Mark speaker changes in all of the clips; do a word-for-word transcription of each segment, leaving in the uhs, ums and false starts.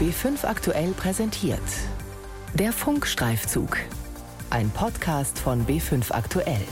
Speaker 1: B fünf aktuell präsentiert. Der Funkstreifzug. Ein Podcast von B fünf aktuell.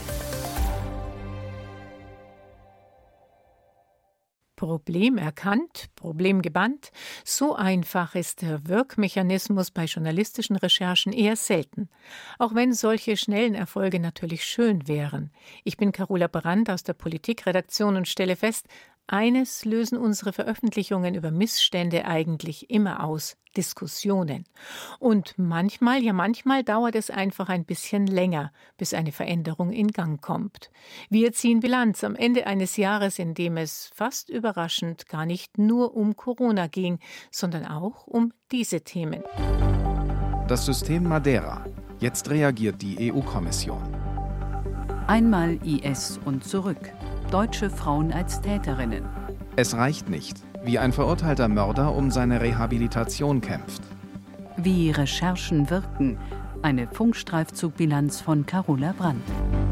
Speaker 2: Problem erkannt, Problem gebannt. So einfach ist der Wirkmechanismus bei journalistischen Recherchen eher selten. Auch wenn solche schnellen Erfolge natürlich schön wären. Ich bin Carola Brandt aus der Politikredaktion und stelle fest, eines lösen unsere Veröffentlichungen über Missstände eigentlich immer aus: Diskussionen. Und manchmal, ja manchmal dauert es einfach ein bisschen länger, bis eine Veränderung in Gang kommt. Wir ziehen Bilanz am Ende eines Jahres, in dem es fast überraschend gar nicht nur um Corona ging, sondern auch um diese Themen.
Speaker 3: Das System Madeira. Jetzt reagiert die E U-Kommission.
Speaker 4: Einmal I S und zurück. Deutsche Frauen als Täterinnen.
Speaker 3: Es reicht nicht, wie ein verurteilter Mörder um seine Rehabilitation kämpft.
Speaker 4: Wie Recherchen wirken. Eine Funkstreifzugbilanz von Carola Brandt.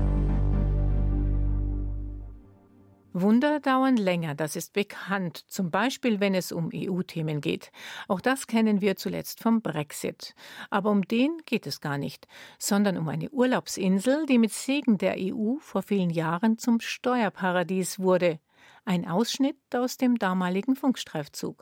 Speaker 2: Wunder dauern länger, das ist bekannt, zum Beispiel wenn es um E U-Themen geht. Auch das kennen wir zuletzt vom Brexit. Aber um den geht es gar nicht, sondern um eine Urlaubsinsel, die mit Segen der E U vor vielen Jahren zum Steuerparadies wurde. Ein Ausschnitt aus dem damaligen Funkstreifzug.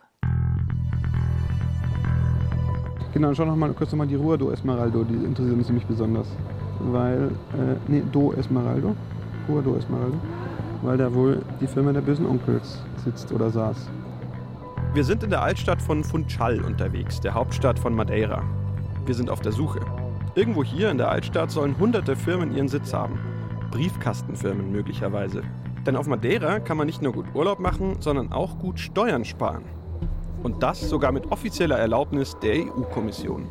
Speaker 5: Genau, schau noch mal kurz noch mal die Rua do Esmeralda, die interessiert mich ziemlich besonders. Weil, äh, nee, do Esmeralda, Rua do Esmeralda. Weil da wohl die Firma der bösen Onkels sitzt oder saß.
Speaker 6: Wir sind in der Altstadt von Funchal unterwegs, der Hauptstadt von Madeira. Wir sind auf der Suche. Irgendwo hier in der Altstadt sollen hunderte Firmen ihren Sitz haben. Briefkastenfirmen möglicherweise. Denn auf Madeira kann man nicht nur gut Urlaub machen, sondern auch gut Steuern sparen. Und das sogar mit offizieller Erlaubnis der E U-Kommission.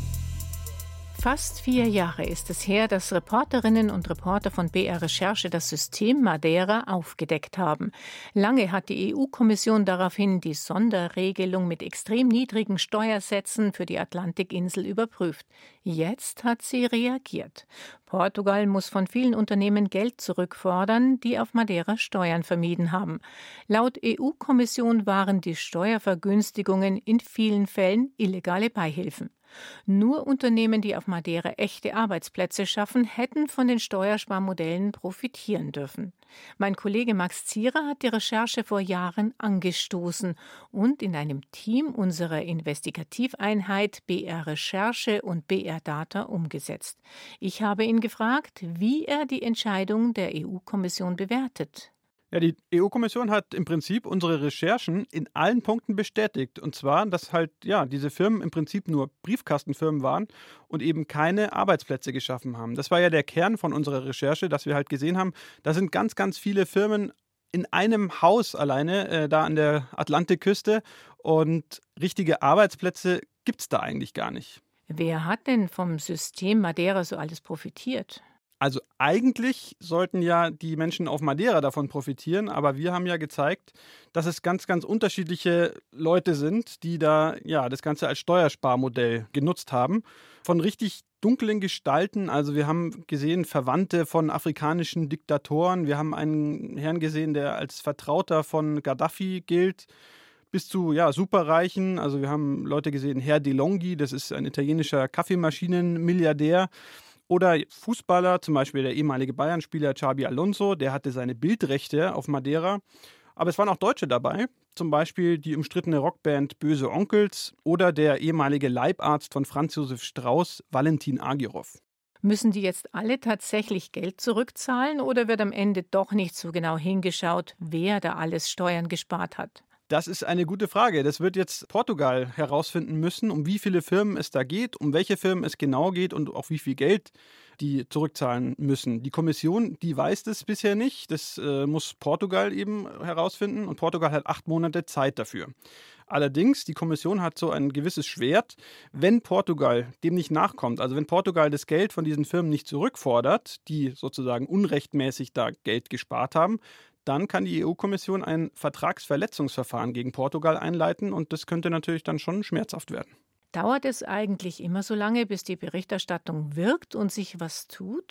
Speaker 2: Fast vier Jahre ist es her, dass Reporterinnen und Reporter von B R Recherche das System Madeira aufgedeckt haben. Lange hat die E U-Kommission daraufhin die Sonderregelung mit extrem niedrigen Steuersätzen für die Atlantikinsel überprüft. Jetzt hat sie reagiert. Portugal muss von vielen Unternehmen Geld zurückfordern, die auf Madeira Steuern vermieden haben. Laut E U-Kommission waren die Steuervergünstigungen in vielen Fällen illegale Beihilfen. Nur Unternehmen, die auf Madeira echte Arbeitsplätze schaffen, hätten von den Steuersparmodellen profitieren dürfen. Mein Kollege Max Zierer hat die Recherche vor Jahren angestoßen und in einem Team unserer Investigativeinheit B R Recherche und B R Data umgesetzt. Ich habe ihn gefragt, wie er die Entscheidung der E U-Kommission bewertet.
Speaker 6: Ja, die E U-Kommission hat im Prinzip unsere Recherchen in allen Punkten bestätigt. Und zwar, dass halt ja diese Firmen im Prinzip nur Briefkastenfirmen waren und eben keine Arbeitsplätze geschaffen haben. Das war ja der Kern von unserer Recherche, dass wir halt gesehen haben, da sind ganz, ganz viele Firmen in einem Haus alleine, äh, da an der Atlantikküste. Und richtige Arbeitsplätze gibt es da eigentlich gar nicht.
Speaker 2: Wer hat denn vom System Madeira so alles profitiert?
Speaker 6: Also eigentlich sollten ja die Menschen auf Madeira davon profitieren, aber wir haben ja gezeigt, dass es ganz, ganz unterschiedliche Leute sind, die da ja das Ganze als Steuersparmodell genutzt haben. Von richtig dunklen Gestalten, also wir haben gesehen Verwandte von afrikanischen Diktatoren, wir haben einen Herrn gesehen, der als Vertrauter von Gaddafi gilt, bis zu ja, Superreichen. Also wir haben Leute gesehen, Herr DeLonghi, das ist ein italienischer Kaffeemaschinenmilliardär. Oder Fußballer, zum Beispiel der ehemalige Bayern-Spieler Xabi Alonso, der hatte seine Bildrechte auf Madeira. Aber es waren auch Deutsche dabei, zum Beispiel die umstrittene Rockband Böse Onkels oder der ehemalige Leibarzt von Franz Josef Strauß, Valentin Agirov.
Speaker 2: Müssen die jetzt alle tatsächlich Geld zurückzahlen oder wird am Ende doch nicht so genau hingeschaut, wer da alles Steuern gespart hat?
Speaker 6: Das ist eine gute Frage. Das wird jetzt Portugal herausfinden müssen, um wie viele Firmen es da geht, um welche Firmen es genau geht und auch wie viel Geld die zurückzahlen müssen. Die Kommission, die weiß das bisher nicht. Das äh, muss Portugal eben herausfinden und Portugal hat acht Monate Zeit dafür. Allerdings, die Kommission hat so ein gewisses Schwert, wenn Portugal dem nicht nachkommt, also wenn Portugal das Geld von diesen Firmen nicht zurückfordert, die sozusagen unrechtmäßig da Geld gespart haben, dann kann die E U-Kommission ein Vertragsverletzungsverfahren gegen Portugal einleiten und das könnte natürlich dann schon schmerzhaft werden.
Speaker 2: Dauert es eigentlich immer so lange, bis die Berichterstattung wirkt und sich was tut?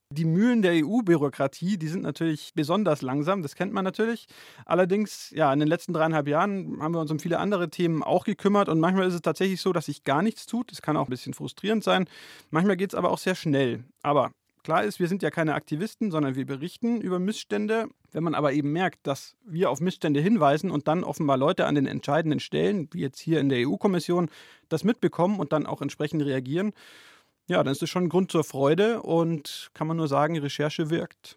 Speaker 6: Die Mühlen der E U-Bürokratie, die sind natürlich besonders langsam, das kennt man natürlich. Allerdings, ja, in den letzten dreieinhalb Jahren haben wir uns um viele andere Themen auch gekümmert und manchmal ist es tatsächlich so, dass sich gar nichts tut. Das kann auch ein bisschen frustrierend sein. Manchmal geht es aber auch sehr schnell. Aber klar ist, wir sind ja keine Aktivisten, sondern wir berichten über Missstände. Wenn man aber eben merkt, dass wir auf Missstände hinweisen und dann offenbar Leute an den entscheidenden Stellen, wie jetzt hier in der E U-Kommission, das mitbekommen und dann auch entsprechend reagieren, ja, dann ist es schon ein Grund zur Freude und kann man nur sagen, Recherche wirkt.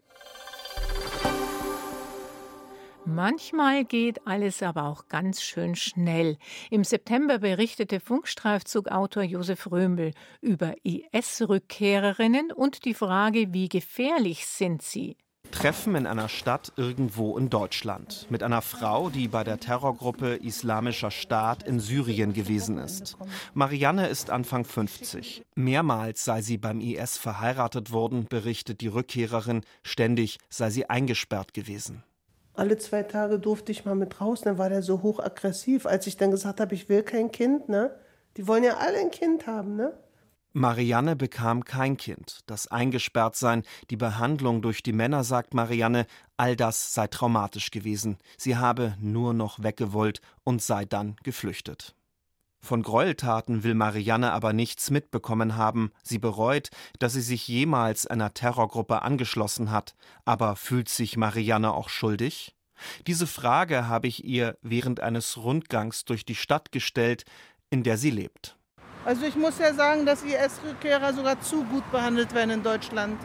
Speaker 2: Manchmal geht alles aber auch ganz schön schnell. Im September berichtete Funkstreifzugautor Josef Römel über I S-Rückkehrerinnen und die Frage, wie gefährlich sind sie?
Speaker 7: Treffen in einer Stadt irgendwo in Deutschland mit einer Frau, die bei der Terrorgruppe Islamischer Staat in Syrien gewesen ist. Marianne ist Anfang fünfzig. Mehrmals sei sie beim I S verheiratet worden, berichtet die Rückkehrerin. Ständig sei sie eingesperrt gewesen.
Speaker 8: Alle zwei Tage durfte ich mal mit raus, dann war der so hochaggressiv. Als ich dann gesagt habe, ich will kein Kind, ne? Die wollen ja alle ein Kind haben, ne?
Speaker 7: Marianne bekam kein Kind. Das Eingesperrtsein, die Behandlung durch die Männer, sagt Marianne, all das sei traumatisch gewesen. Sie habe nur noch weggewollt und sei dann geflüchtet. Von Gräueltaten will Marianne aber nichts mitbekommen haben. Sie bereut, dass sie sich jemals einer Terrorgruppe angeschlossen hat. Aber fühlt sich Marianne auch schuldig? Diese Frage habe ich ihr während eines Rundgangs durch die Stadt gestellt, in der sie lebt.
Speaker 9: Also ich muss ja sagen, dass I S-Rückkehrer sogar zu gut behandelt werden in Deutschland.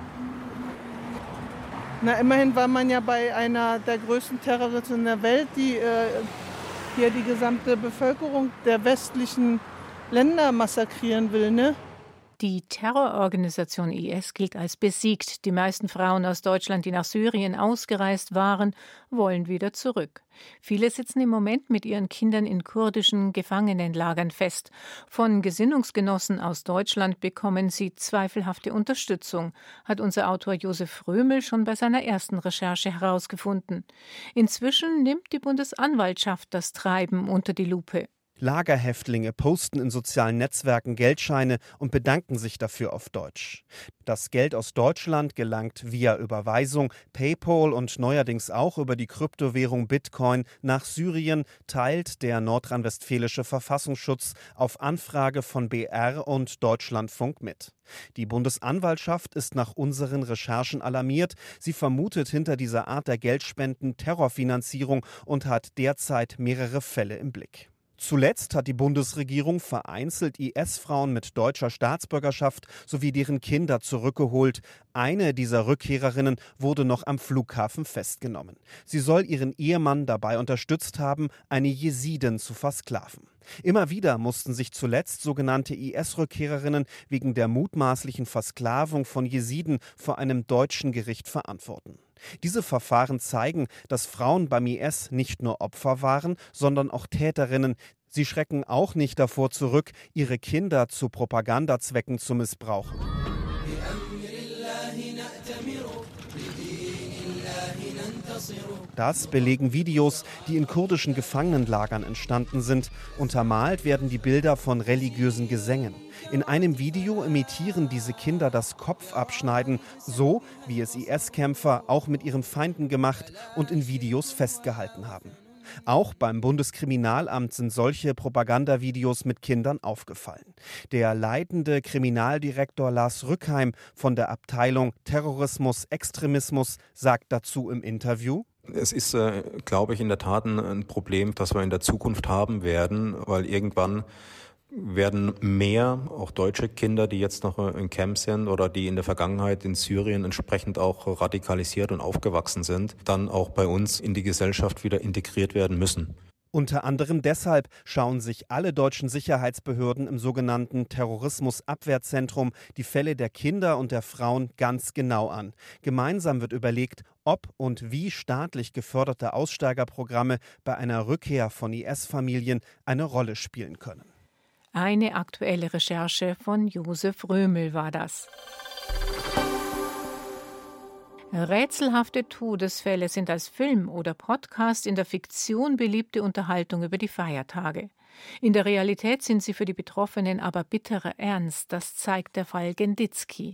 Speaker 9: Na, immerhin war man ja bei einer der größten Terroristen der Welt, die äh, hier die gesamte Bevölkerung der westlichen Länder massakrieren will, ne?
Speaker 2: Die Terrororganisation I S gilt als besiegt. Die meisten Frauen aus Deutschland, die nach Syrien ausgereist waren, wollen wieder zurück. Viele sitzen im Moment mit ihren Kindern in kurdischen Gefangenenlagern fest. Von Gesinnungsgenossen aus Deutschland bekommen sie zweifelhafte Unterstützung, hat unser Autor Josef Römel schon bei seiner ersten Recherche herausgefunden. Inzwischen nimmt die Bundesanwaltschaft das Treiben unter die Lupe.
Speaker 7: Lagerhäftlinge posten in sozialen Netzwerken Geldscheine und bedanken sich dafür auf Deutsch. Das Geld aus Deutschland gelangt via Überweisung, PayPal und neuerdings auch über die Kryptowährung Bitcoin nach Syrien, teilt der nordrhein-westfälische Verfassungsschutz auf Anfrage von B R und Deutschlandfunk mit. Die Bundesanwaltschaft ist nach unseren Recherchen alarmiert. Sie vermutet hinter dieser Art der Geldspenden Terrorfinanzierung und hat derzeit mehrere Fälle im Blick. Zuletzt hat die Bundesregierung vereinzelt I S-Frauen mit deutscher Staatsbürgerschaft sowie deren Kinder zurückgeholt. Eine dieser Rückkehrerinnen wurde noch am Flughafen festgenommen. Sie soll ihren Ehemann dabei unterstützt haben, eine Jesidin zu versklaven. Immer wieder mussten sich zuletzt sogenannte I S-Rückkehrerinnen wegen der mutmaßlichen Versklavung von Jesiden vor einem deutschen Gericht verantworten. Diese Verfahren zeigen, dass Frauen beim I S nicht nur Opfer waren, sondern auch Täterinnen. Sie schrecken auch nicht davor zurück, ihre Kinder zu Propagandazwecken zu missbrauchen. Das belegen Videos, die in kurdischen Gefangenenlagern entstanden sind. Untermalt werden die Bilder von religiösen Gesängen. In einem Video imitieren diese Kinder das Kopfabschneiden, so wie es I S-Kämpfer auch mit ihren Feinden gemacht und in Videos festgehalten haben. Auch beim Bundeskriminalamt sind solche Propagandavideos mit Kindern aufgefallen. Der leitende Kriminaldirektor Lars Rückheim von der Abteilung Terrorismus, Extremismus sagt dazu im Interview:
Speaker 10: Es ist, äh, glaube ich, in der Tat ein Problem, das wir in der Zukunft haben werden, weil irgendwann werden mehr auch deutsche Kinder, die jetzt noch in Camps sind oder die in der Vergangenheit in Syrien entsprechend auch radikalisiert und aufgewachsen sind, dann auch bei uns in die Gesellschaft wieder integriert werden müssen.
Speaker 7: Unter anderem deshalb schauen sich alle deutschen Sicherheitsbehörden im sogenannten Terrorismusabwehrzentrum die Fälle der Kinder und der Frauen ganz genau an. Gemeinsam wird überlegt, ob und wie staatlich geförderte Aussteigerprogramme bei einer Rückkehr von I S-Familien eine Rolle spielen können.
Speaker 2: Eine aktuelle Recherche von Josef Römel war das. Rätselhafte Todesfälle sind als Film oder Podcast in der Fiktion beliebte Unterhaltung über die Feiertage. In der Realität sind sie für die Betroffenen aber bitterer Ernst. Das zeigt der Fall Genditzki.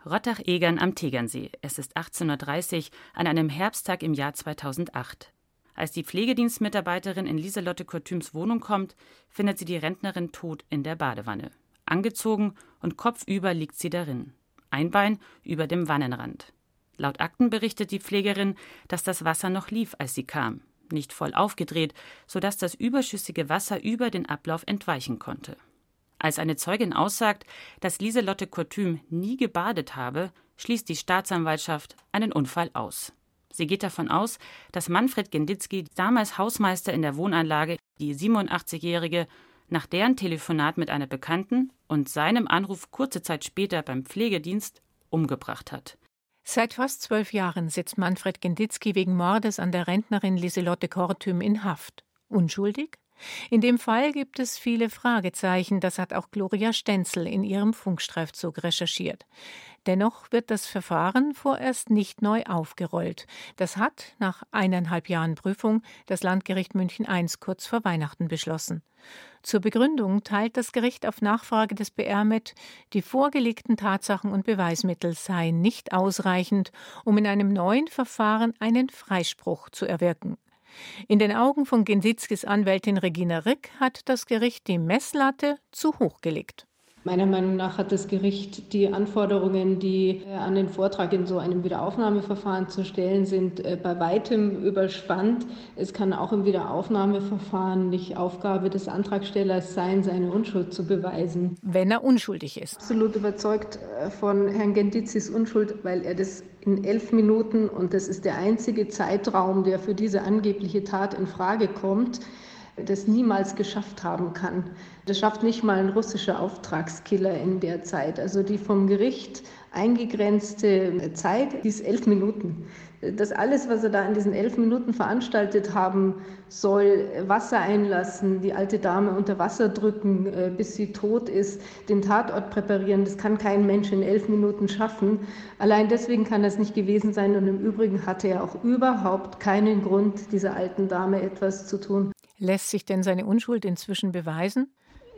Speaker 11: Rottach-Egern am Tegernsee. Es ist achtzehn Uhr dreißig an einem Herbsttag im Jahr zweitausendacht. Als die Pflegedienstmitarbeiterin in Lieselotte Kortüms Wohnung kommt, findet sie die Rentnerin tot in der Badewanne. Angezogen und kopfüber liegt sie darin. Ein Bein über dem Wannenrand. Laut Akten berichtet die Pflegerin, dass das Wasser noch lief, als sie kam. Nicht voll aufgedreht, sodass das überschüssige Wasser über den Ablauf entweichen konnte. Als eine Zeugin aussagt, dass Lieselotte Kortüm nie gebadet habe, schließt die Staatsanwaltschaft einen Unfall aus. Sie geht davon aus, dass Manfred Genditzki, damals Hausmeister in der Wohnanlage, die siebenundachtzigjährige, nach deren Telefonat mit einer Bekannten und seinem Anruf kurze Zeit später beim Pflegedienst umgebracht hat.
Speaker 2: Seit fast zwölf Jahren sitzt Manfred Genditzki wegen Mordes an der Rentnerin Lieselotte Kortüm in Haft. Unschuldig? In dem Fall gibt es viele Fragezeichen, das hat auch Gloria Stenzel in ihrem Funkstreifzug recherchiert. Dennoch wird das Verfahren vorerst nicht neu aufgerollt. Das hat nach eineinhalb Jahren Prüfung das Landgericht München I kurz vor Weihnachten beschlossen. Zur Begründung teilt das Gericht auf Nachfrage des B R mit, die vorgelegten Tatsachen und Beweismittel seien nicht ausreichend, um in einem neuen Verfahren einen Freispruch zu erwirken. In den Augen von Genditzkis Anwältin Regina Rick hat das Gericht die Messlatte zu hoch gelegt.
Speaker 12: Meiner Meinung nach hat das Gericht die Anforderungen, die an den Vortrag in so einem Wiederaufnahmeverfahren zu stellen sind, bei weitem überspannt. Es kann auch im Wiederaufnahmeverfahren nicht Aufgabe des Antragstellers sein, seine Unschuld zu beweisen.
Speaker 2: Wenn er unschuldig ist.
Speaker 12: Absolut überzeugt von Herrn Genditzkis Unschuld, weil er das in elf Minuten, und das ist der einzige Zeitraum, der für diese angebliche Tat in Frage kommt, das niemals geschafft haben kann. Das schafft nicht mal ein russischer Auftragskiller in der Zeit. Also die vom Gericht eingegrenzte Zeit, die ist elf Minuten. Das alles, was er da in diesen elf Minuten veranstaltet haben soll, Wasser einlassen, die alte Dame unter Wasser drücken, bis sie tot ist, den Tatort präparieren, das kann kein Mensch in elf Minuten schaffen. Allein deswegen kann das nicht gewesen sein. Und im Übrigen hatte er auch überhaupt keinen Grund, dieser alten Dame etwas zu tun.
Speaker 2: Lässt sich denn seine Unschuld inzwischen beweisen?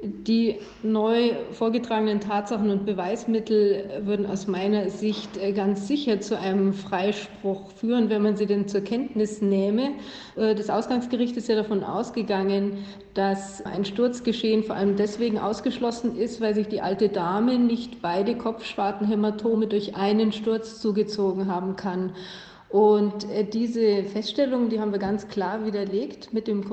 Speaker 12: Die neu vorgetragenen Tatsachen und Beweismittel würden aus meiner Sicht ganz sicher zu einem Freispruch führen, wenn man sie denn zur Kenntnis nähme. Das Ausgangsgericht ist ja davon ausgegangen, dass ein Sturzgeschehen vor allem deswegen ausgeschlossen ist, weil sich die alte Dame nicht beide Kopfschwartenhämatome durch einen Sturz zugezogen haben kann. Und diese Feststellung, die haben wir ganz klar widerlegt. Mit dem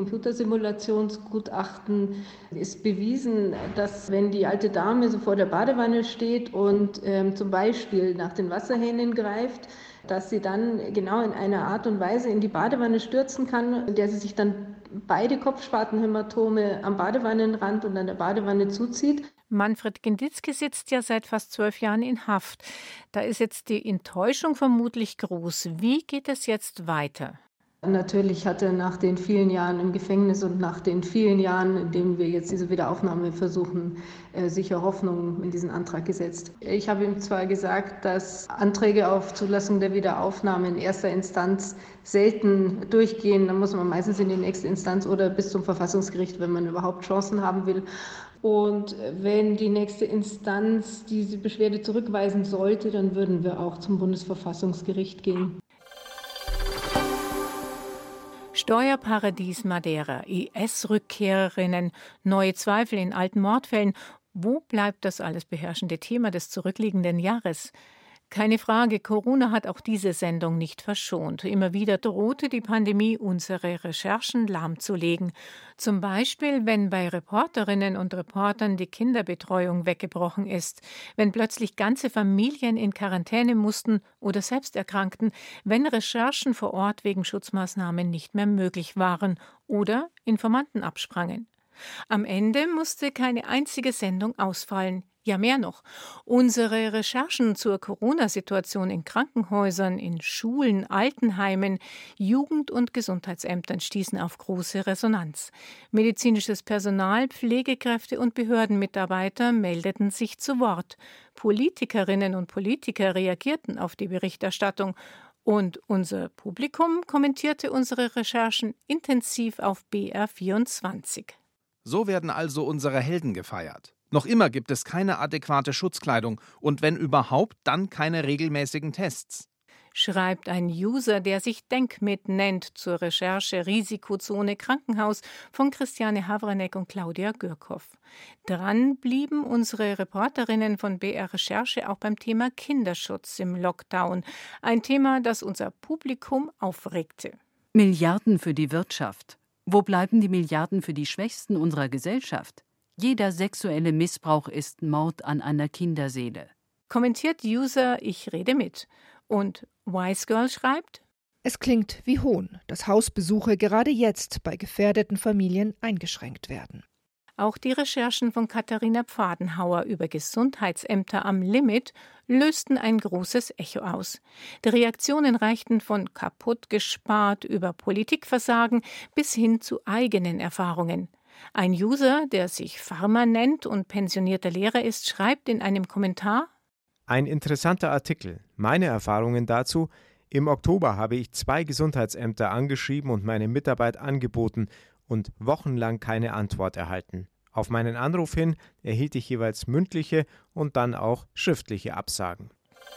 Speaker 12: Computersimulationsgutachten ist bewiesen, dass wenn die alte Dame so vor der Badewanne steht und ähm, zum Beispiel nach den Wasserhähnen greift, dass sie dann genau in einer Art und Weise in die Badewanne stürzen kann, in der sie sich dann beide Kopfschwartenhämatome am Badewannenrand und an der Badewanne zuzieht.
Speaker 2: Manfred Genditzki sitzt ja seit fast zwölf Jahren in Haft. Da ist jetzt die Enttäuschung vermutlich groß. Wie geht es jetzt weiter?
Speaker 12: Natürlich hat er nach den vielen Jahren im Gefängnis und nach den vielen Jahren, in denen wir jetzt diese Wiederaufnahme versuchen, sicher Hoffnung in diesen Antrag gesetzt. Ich habe ihm zwar gesagt, dass Anträge auf Zulassung der Wiederaufnahme in erster Instanz selten durchgehen. Dann muss man meistens in die nächste Instanz oder bis zum Verfassungsgericht, wenn man überhaupt Chancen haben will. Und wenn die nächste Instanz diese Beschwerde zurückweisen sollte, dann würden wir auch zum Bundesverfassungsgericht gehen.
Speaker 2: Steuerparadies Madeira, I S-Rückkehrerinnen, neue Zweifel in alten Mordfällen. Wo bleibt das alles beherrschende Thema des zurückliegenden Jahres? Keine Frage, Corona hat auch diese Sendung nicht verschont. Immer wieder drohte die Pandemie, unsere Recherchen lahmzulegen. Zum Beispiel, wenn bei Reporterinnen und Reportern die Kinderbetreuung weggebrochen ist, wenn plötzlich ganze Familien in Quarantäne mussten oder selbst erkrankten, wenn Recherchen vor Ort wegen Schutzmaßnahmen nicht mehr möglich waren oder Informanten absprangen. Am Ende musste keine einzige Sendung ausfallen. Ja, mehr noch. Unsere Recherchen zur Corona-Situation in Krankenhäusern, in Schulen, Altenheimen, Jugend- und Gesundheitsämtern stießen auf große Resonanz. Medizinisches Personal, Pflegekräfte und Behördenmitarbeiter meldeten sich zu Wort. Politikerinnen und Politiker reagierten auf die Berichterstattung. Und unser Publikum kommentierte unsere Recherchen intensiv auf B R vierundzwanzig.
Speaker 3: So werden also unsere Helden gefeiert. Noch immer gibt es keine adäquate Schutzkleidung und wenn überhaupt, dann keine regelmäßigen Tests.
Speaker 2: Schreibt ein User, der sich Denkmit nennt, zur Recherche Risikozone Krankenhaus von Christiane Havranek und Claudia Gürkow. Dran blieben unsere Reporterinnen von B R Recherche auch beim Thema Kinderschutz im Lockdown. Ein Thema, das unser Publikum aufregte.
Speaker 4: Milliarden für die Wirtschaft. Wo bleiben die Milliarden für die Schwächsten unserer Gesellschaft? Jeder sexuelle Missbrauch ist Mord an einer Kinderseele.
Speaker 2: Kommentiert User Ich rede mit. Und Wise Girl schreibt:
Speaker 13: Es klingt wie Hohn, dass Hausbesuche gerade jetzt bei gefährdeten Familien eingeschränkt werden.
Speaker 2: Auch die Recherchen von Katharina Pfadenhauer über Gesundheitsämter am Limit lösten ein großes Echo aus. Die Reaktionen reichten von kaputt gespart über Politikversagen bis hin zu eigenen Erfahrungen. Ein User, der sich Farmer nennt und pensionierter Lehrer ist, schreibt in einem Kommentar:
Speaker 14: Ein interessanter Artikel. Meine Erfahrungen dazu: Im Oktober habe ich zwei Gesundheitsämter angeschrieben und meine Mitarbeit angeboten und wochenlang keine Antwort erhalten. Auf meinen Anruf hin erhielt ich jeweils mündliche und dann auch schriftliche Absagen.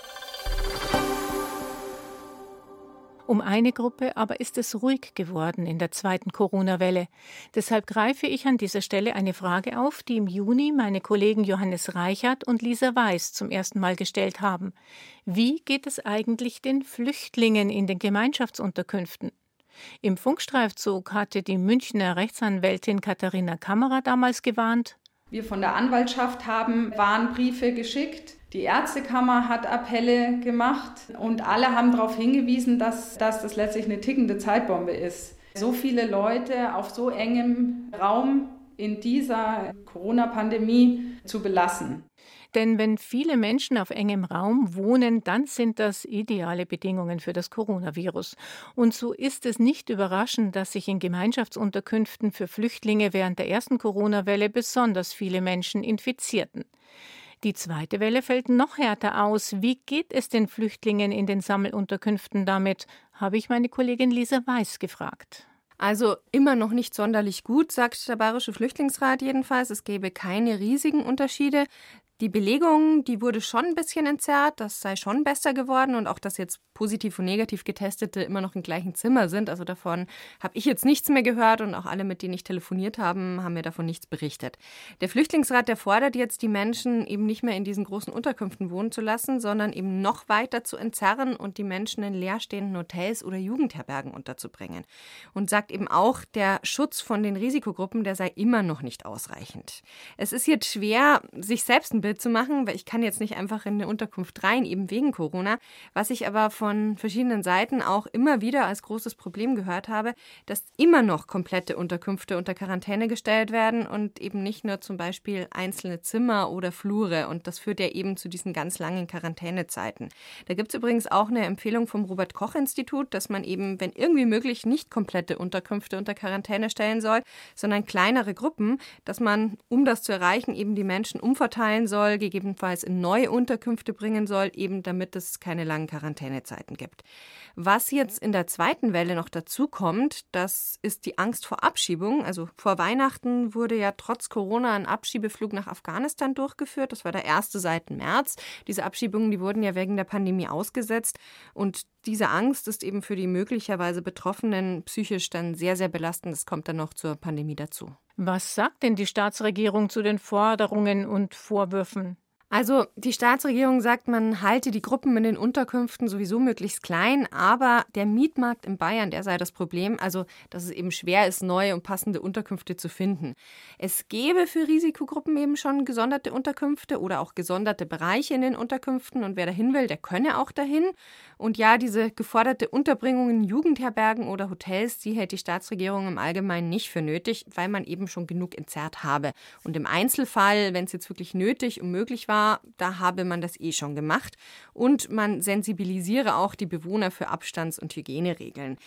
Speaker 2: Um eine Gruppe aber ist es ruhig geworden in der zweiten Corona-Welle. Deshalb greife ich an dieser Stelle eine Frage auf, die im Juni meine Kollegen Johannes Reichert und Lisa Weiß zum ersten Mal gestellt haben. Wie geht es eigentlich den Flüchtlingen in den Gemeinschaftsunterkünften? Im Funkstreifzug hatte die Münchner Rechtsanwältin Katharina Kammerer damals gewarnt:
Speaker 15: Wir von der Anwaltschaft haben Warnbriefe geschickt. Die Ärztekammer hat Appelle gemacht und alle haben darauf hingewiesen, dass, dass das letztlich eine tickende Zeitbombe ist. So viele Leute auf so engem Raum in dieser Corona-Pandemie zu belassen.
Speaker 2: Denn wenn viele Menschen auf engem Raum wohnen, dann sind das ideale Bedingungen für das Coronavirus. Und so ist es nicht überraschend, dass sich in Gemeinschaftsunterkünften für Flüchtlinge während der ersten Corona-Welle besonders viele Menschen infizierten. Die zweite Welle fällt noch härter aus. Wie geht es den Flüchtlingen in den Sammelunterkünften damit, habe ich meine Kollegin Lisa Weiß gefragt.
Speaker 16: Also immer noch nicht sonderlich gut, sagt der Bayerische Flüchtlingsrat jedenfalls. Es gäbe keine riesigen Unterschiede. Die Belegung, die wurde schon ein bisschen entzerrt, das sei schon besser geworden und auch, dass jetzt positiv und negativ Getestete immer noch im gleichen Zimmer sind. Also davon habe ich jetzt nichts mehr gehört und auch alle, mit denen ich telefoniert habe, haben mir davon nichts berichtet. Der Flüchtlingsrat, der fordert jetzt, die Menschen eben nicht mehr in diesen großen Unterkünften wohnen zu lassen, sondern eben noch weiter zu entzerren und die Menschen in leerstehenden Hotels oder Jugendherbergen unterzubringen. Und sagt eben auch, der Schutz von den Risikogruppen, der sei immer noch nicht ausreichend. Es ist jetzt schwer, sich selbst ein zu machen, weil ich kann jetzt nicht einfach in eine Unterkunft rein, eben wegen Corona. Was ich aber von verschiedenen Seiten auch immer wieder als großes Problem gehört habe, dass immer noch komplette Unterkünfte unter Quarantäne gestellt werden und eben nicht nur zum Beispiel einzelne Zimmer oder Flure. Und das führt ja eben zu diesen ganz langen Quarantänezeiten. Da gibt es übrigens auch eine Empfehlung vom Robert-Koch-Institut, dass man eben, wenn irgendwie möglich, nicht komplette Unterkünfte unter Quarantäne stellen soll, sondern kleinere Gruppen, dass man, um das zu erreichen, eben die Menschen umverteilen soll, soll, gegebenenfalls in neue Unterkünfte bringen soll, eben damit es keine langen Quarantänezeiten gibt. Was jetzt in der zweiten Welle noch dazu kommt, das ist die Angst vor Abschiebung. Also vor Weihnachten wurde ja trotz Corona ein Abschiebeflug nach Afghanistan durchgeführt. Das war der erste seit März. Diese Abschiebungen, die wurden ja wegen der Pandemie ausgesetzt. Und diese Angst ist eben für die möglicherweise Betroffenen psychisch dann sehr, sehr belastend. Das kommt dann noch zur Pandemie dazu.
Speaker 2: Was sagt denn die Staatsregierung zu den Forderungen und Vorwürfen?
Speaker 16: Also die Staatsregierung sagt, man halte die Gruppen in den Unterkünften sowieso möglichst klein, aber der Mietmarkt in Bayern, der sei das Problem, also dass es eben schwer ist, neue und passende Unterkünfte zu finden. Es gäbe für Risikogruppen eben schon gesonderte Unterkünfte oder auch gesonderte Bereiche in den Unterkünften und wer dahin will, der könne auch dahin. Und ja, diese geforderte Unterbringung in Jugendherbergen oder Hotels, die hält die Staatsregierung im Allgemeinen nicht für nötig, weil man eben schon genug entzerrt habe. Und im Einzelfall, wenn es jetzt wirklich nötig und möglich war, da habe man das eh schon gemacht. Und man sensibilisiere auch die Bewohner für Abstands- und Hygieneregeln.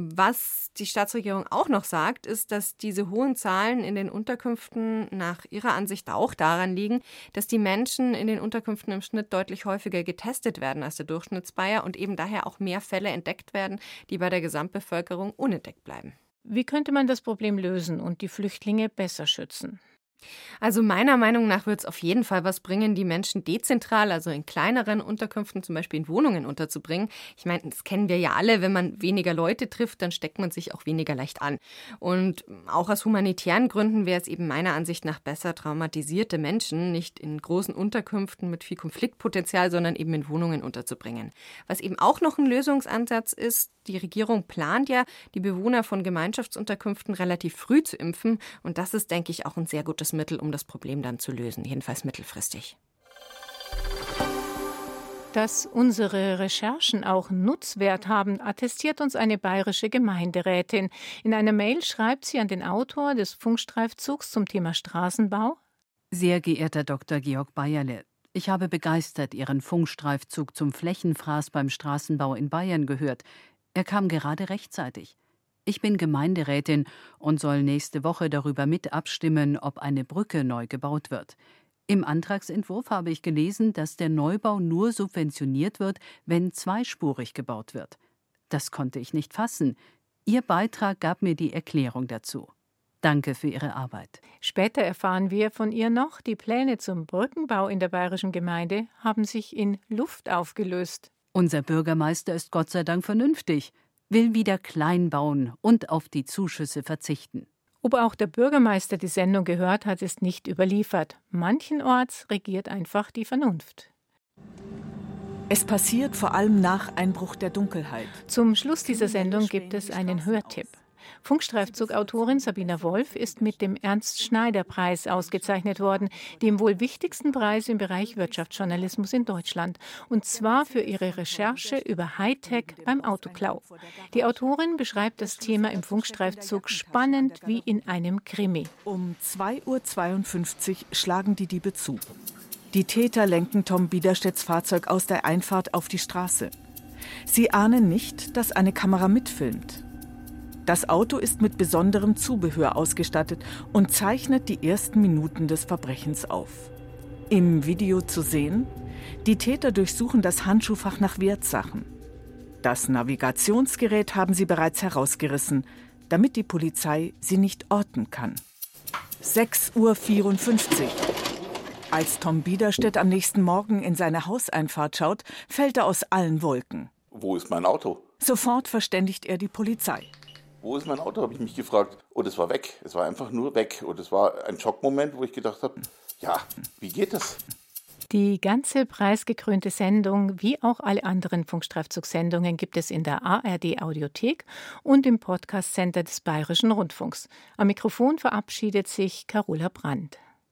Speaker 16: Was die Staatsregierung auch noch sagt, ist, dass diese hohen Zahlen in den Unterkünften nach ihrer Ansicht auch daran liegen, dass die Menschen in den Unterkünften im Schnitt deutlich häufiger getestet werden als der Durchschnittsbayer und eben daher auch mehr Fälle entdeckt werden, die bei der Gesamtbevölkerung unentdeckt bleiben.
Speaker 2: Wie könnte man das Problem lösen und die Flüchtlinge besser schützen?
Speaker 16: Also meiner Meinung nach wird es auf jeden Fall was bringen, die Menschen dezentral, also in kleineren Unterkünften, zum Beispiel in Wohnungen unterzubringen. Ich meine, das kennen wir ja alle, wenn man weniger Leute trifft, dann steckt man sich auch weniger leicht an. Und auch aus humanitären Gründen wäre es eben meiner Ansicht nach besser, traumatisierte Menschen nicht in großen Unterkünften mit viel Konfliktpotenzial, sondern eben in Wohnungen unterzubringen. Was eben auch noch ein Lösungsansatz ist, die Regierung plant ja, die Bewohner von Gemeinschaftsunterkünften relativ früh zu impfen. Und das ist, denke ich, auch ein sehr gutes Mittel, um das Problem dann zu lösen, jedenfalls mittelfristig.
Speaker 2: Dass unsere Recherchen auch Nutzwert haben, attestiert uns eine bayerische Gemeinderätin. In einer Mail schreibt sie an den Autor des Funkstreifzugs zum Thema Straßenbau:
Speaker 4: Sehr geehrter Doktor Georg Bayerle, ich habe begeistert Ihren Funkstreifzug zum Flächenfraß beim Straßenbau in Bayern gehört. Er kam gerade rechtzeitig. Ich bin Gemeinderätin und soll nächste Woche darüber mit abstimmen, ob eine Brücke neu gebaut wird. Im Antragsentwurf habe ich gelesen, dass der Neubau nur subventioniert wird, wenn zweispurig gebaut wird. Das konnte ich nicht fassen. Ihr Beitrag gab mir die Erklärung dazu. Danke für Ihre Arbeit.
Speaker 2: Später erfahren wir von ihr noch, die Pläne zum Brückenbau in der bayerischen Gemeinde haben sich in Luft aufgelöst.
Speaker 4: Unser Bürgermeister ist Gott sei Dank vernünftig, will wieder klein bauen und auf die Zuschüsse verzichten.
Speaker 2: Ob auch der Bürgermeister die Sendung gehört hat, ist nicht überliefert. Manchenorts regiert einfach die Vernunft.
Speaker 17: Es passiert vor allem nach Einbruch der Dunkelheit.
Speaker 2: Zum Schluss dieser Sendung gibt es einen Hörtipp. Funkstreifzug-Autorin Sabina Wolf ist mit dem Ernst-Schneider-Preis ausgezeichnet worden, dem wohl wichtigsten Preis im Bereich Wirtschaftsjournalismus in Deutschland, und zwar für ihre Recherche über Hightech beim Autoklau. Die Autorin beschreibt das Thema im Funkstreifzug spannend wie in einem Krimi.
Speaker 17: Um zwei Uhr zweiundfünfzig schlagen die Diebe zu. Die Täter lenken Tom Biederstedts Fahrzeug aus der Einfahrt auf die Straße. Sie ahnen nicht, dass eine Kamera mitfilmt. Das Auto ist mit besonderem Zubehör ausgestattet und zeichnet die ersten Minuten des Verbrechens auf. Im Video zu sehen: Die Täter durchsuchen das Handschuhfach nach Wertsachen. Das Navigationsgerät haben sie bereits herausgerissen, damit die Polizei sie nicht orten kann. sechs Uhr vierundfünfzig. Als Tom Biederstedt am nächsten Morgen in seine Hauseinfahrt schaut, fällt er aus allen Wolken.
Speaker 18: Wo ist mein Auto?
Speaker 17: Sofort verständigt er die Polizei.
Speaker 18: Wo ist mein Auto, habe ich mich gefragt. Und es war weg. Es war einfach nur weg. Und es war ein Schockmoment, wo ich gedacht habe, ja, wie geht das?
Speaker 2: Die ganze preisgekrönte Sendung, wie auch alle anderen Funkstreifzug-Sendungen, gibt es in der A R D-Audiothek und im Podcast-Center des Bayerischen Rundfunks. Am Mikrofon verabschiedet sich Carola Brandt.